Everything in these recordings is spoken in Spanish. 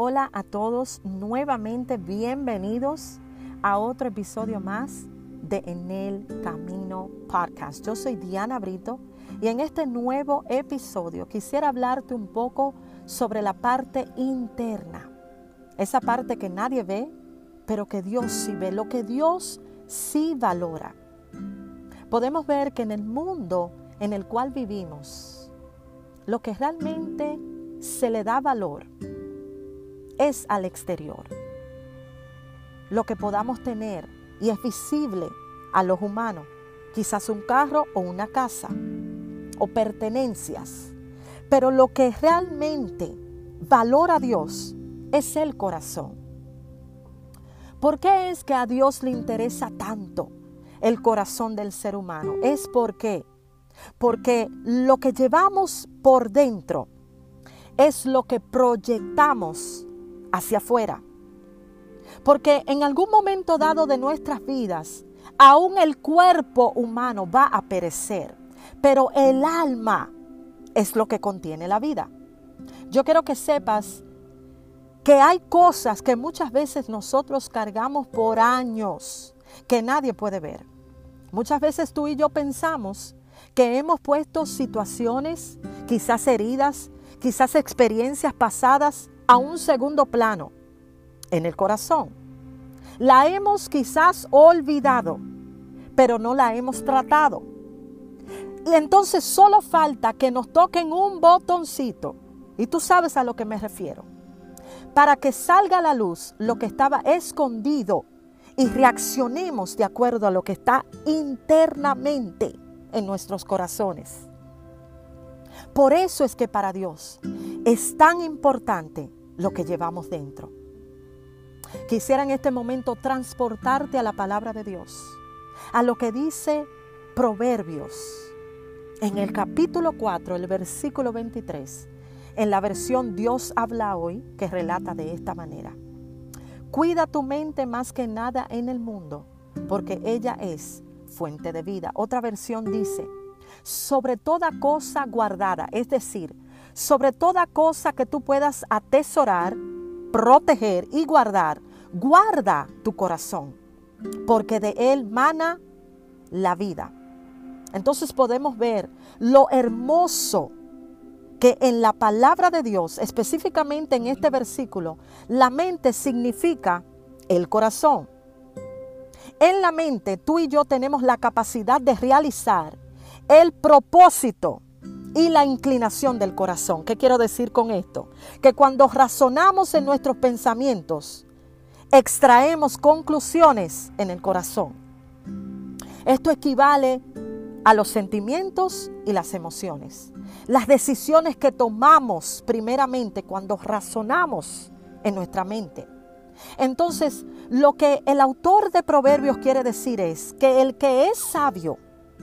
hola a todos, nuevamente bienvenidos a otro episodio más de En el Camino Podcast. Yo soy Diana Brito y en este nuevo episodio quisiera hablarte un poco sobre la parte interna, esa parte que nadie ve, pero que Dios sí ve, lo que Dios sí valora. Podemos ver que en el mundo en el cual vivimos, lo que realmente se le da valor es al exterior. Lo que podamos tener y es visible a los humanos, quizás un carro o una casa o pertenencias. Pero lo que realmente valora a Dios es el corazón. ¿Por qué es que a Dios le interesa tanto el corazón del ser humano? Es porque lo que llevamos por dentro es lo que proyectamos hacia afuera. Porque en algún momento dado de nuestras vidas, aún el cuerpo humano va a perecer, pero el alma es lo que contiene la vida. Yo quiero que sepas que hay cosas que muchas veces nosotros cargamos por años que nadie puede ver. Muchas veces tú y yo pensamos que hemos puesto situaciones, quizás heridas, quizás experiencias pasadas a un segundo plano en el corazón. La hemos quizás olvidado, pero no la hemos tratado. Y entonces solo falta que nos toquen un botoncito, y tú sabes a lo que me refiero, para que salga a la luz lo que estaba escondido y reaccionemos de acuerdo a lo que está internamente en nuestros corazones. Por eso es que para Dios es tan importante lo que llevamos dentro. Quisiera en este momento transportarte a la palabra de Dios, a lo que dice Proverbios, en el capítulo 4, el versículo 23, en la versión Dios habla hoy, que relata de esta manera: cuida tu mente más que nada en el mundo, porque ella es fuente de vida. Otra versión dice: sobre toda cosa guardada, es decir, sobre toda cosa que tú puedas atesorar, proteger y guardar, guarda tu corazón, porque de él mana la vida. Entonces podemos ver lo hermoso que en la palabra de Dios, específicamente en este versículo, la mente significa el corazón. En la mente tú y yo tenemos la capacidad de realizar el propósito y la inclinación del corazón. ¿Qué quiero decir con esto? Que cuando razonamos en nuestros pensamientos, extraemos conclusiones en el corazón. Esto equivale a los sentimientos y las emociones. Las decisiones que tomamos primeramente cuando razonamos en nuestra mente. Entonces, lo que el autor de Proverbios quiere decir es que el que es sabio,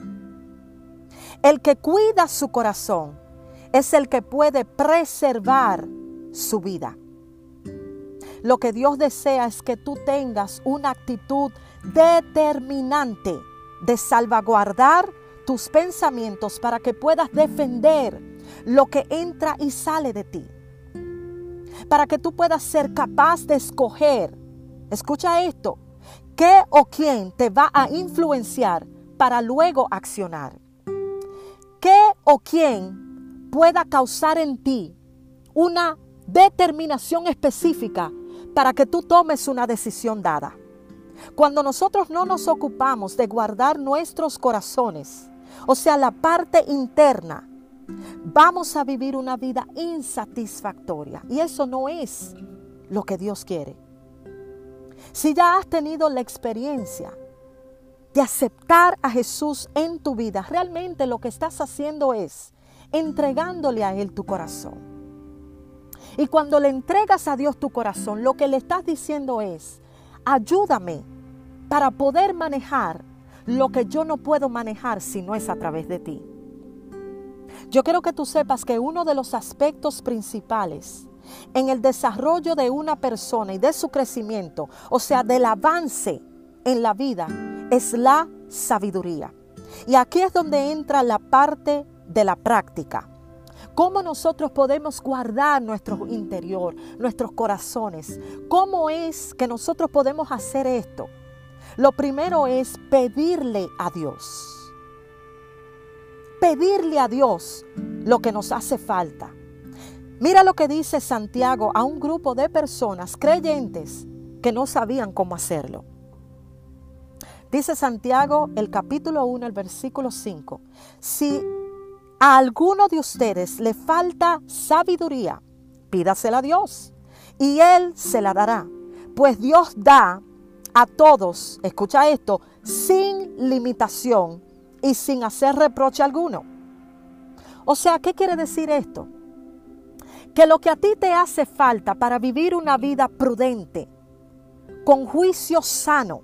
el que cuida su corazón, es el que puede preservar su vida. Lo que Dios desea es que tú tengas una actitud determinante de salvaguardar tus pensamientos para que puedas defender lo que entra y sale de ti. Para que tú puedas ser capaz de escoger, escucha esto, qué o quién te va a influenciar para luego accionar. ¿Qué o quién pueda causar en ti una determinación específica para que tú tomes una decisión dada? Cuando nosotros no nos ocupamos de guardar nuestros corazones, o sea, la parte interna, vamos a vivir una vida insatisfactoria. Y eso no es lo que Dios quiere. Si ya has tenido la experiencia de aceptar a Jesús en tu vida, realmente lo que estás haciendo es entregándole a Él tu corazón. Y cuando le entregas a Dios tu corazón, lo que le estás diciendo es: ayúdame para poder manejar lo que yo no puedo manejar si no es a través de ti. Yo quiero que tú sepas que uno de los aspectos principales en el desarrollo de una persona y de su crecimiento, o sea, del avance en la vida, es la sabiduría. Y aquí es donde entra la parte de la práctica. ¿Cómo nosotros podemos guardar nuestro interior, nuestros corazones? ¿Cómo es que nosotros podemos hacer esto? Lo primero es pedirle a Dios. Pedirle a Dios lo que nos hace falta. Mira lo que dice Santiago a un grupo de personas creyentes que no sabían cómo hacerlo. Dice Santiago, el capítulo 1, el versículo 5. Si a alguno de ustedes le falta sabiduría, pídasela a Dios y Él se la dará. Pues Dios da a todos, escucha esto, sin limitación y sin hacer reproche alguno. O sea, ¿qué quiere decir esto? Que lo que a ti te hace falta para vivir una vida prudente, con juicio sano,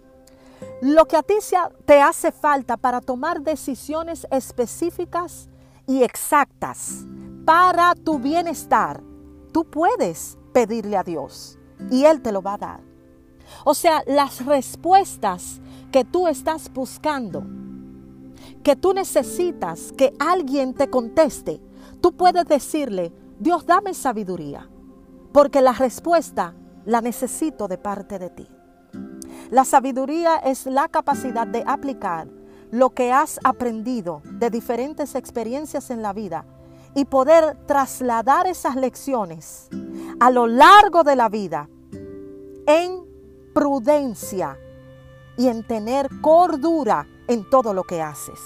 lo que a ti te hace falta para tomar decisiones específicas y exactas para tu bienestar, tú puedes pedirle a Dios y Él te lo va a dar. O sea, las respuestas que tú estás buscando, que tú necesitas que alguien te conteste, tú puedes decirle, Dios, dame sabiduría, porque la respuesta la necesito de parte de ti. La sabiduría es la capacidad de aplicar lo que has aprendido de diferentes experiencias en la vida y poder trasladar esas lecciones a lo largo de la vida en prudencia y en tener cordura en todo lo que haces.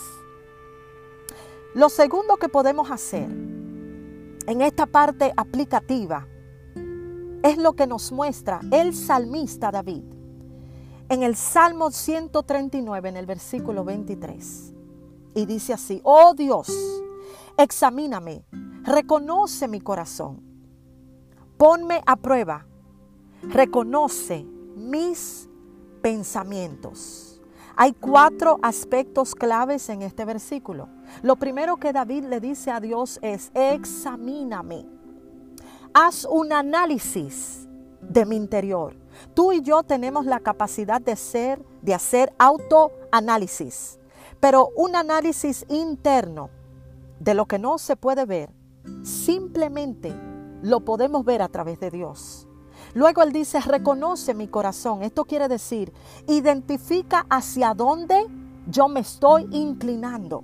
Lo segundo que podemos hacer en esta parte aplicativa es lo que nos muestra el salmista David en el Salmo 139, en el versículo 23. Y dice así: oh Dios, examíname, reconoce mi corazón, ponme a prueba, reconoce mis pensamientos. Hay 4 aspectos claves en este versículo. Lo primero que David le dice a Dios es: examíname. Haz un análisis de mi interior. Tú y yo tenemos la capacidad de hacer autoanálisis, pero un análisis interno de lo que no se puede ver, simplemente lo podemos ver a través de Dios. Luego él dice: reconoce mi corazón. Esto quiere decir, identifica hacia dónde yo me estoy inclinando.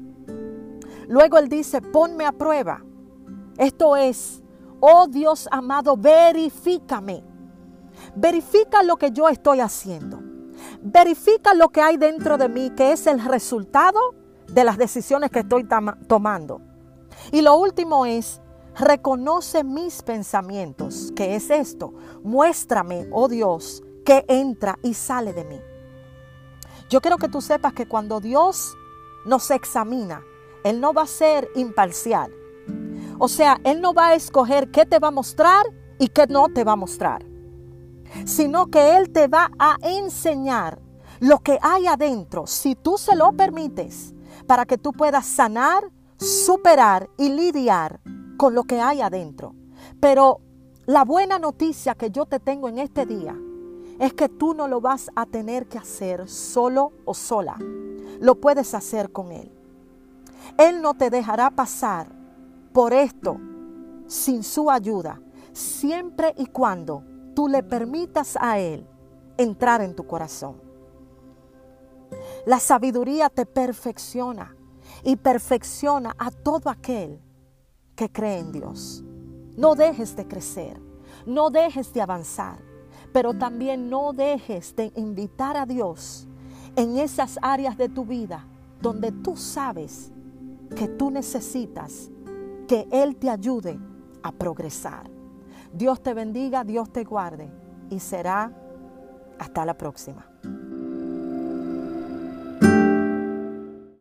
Luego él dice: ponme a prueba. Esto es, oh Dios amado, verifícame. Verifica lo que yo estoy haciendo. Verifica lo que hay dentro de mí, que es el resultado de las decisiones que estoy tomando. Y lo último es, reconoce mis pensamientos. ¿Qué es esto? Muéstrame, oh Dios, qué entra y sale de mí. Yo quiero que tú sepas que cuando Dios nos examina, Él no va a ser imparcial. O sea, Él no va a escoger qué te va a mostrar y qué no te va a mostrar, sino que Él te va a enseñar lo que hay adentro, si tú se lo permites, para que tú puedas sanar, superar y lidiar con lo que hay adentro. Pero la buena noticia que yo te tengo en este día es que tú no lo vas a tener que hacer solo o sola. Lo puedes hacer con Él. Él no te dejará pasar por esto sin su ayuda, siempre y cuando tú le permitas a Él entrar en tu corazón. La sabiduría te perfecciona y perfecciona a todo aquel que cree en Dios. No dejes de crecer, no dejes de avanzar, pero también no dejes de invitar a Dios en esas áreas de tu vida donde tú sabes que tú necesitas que Él te ayude a progresar. Dios te bendiga, Dios te guarde y será hasta la próxima.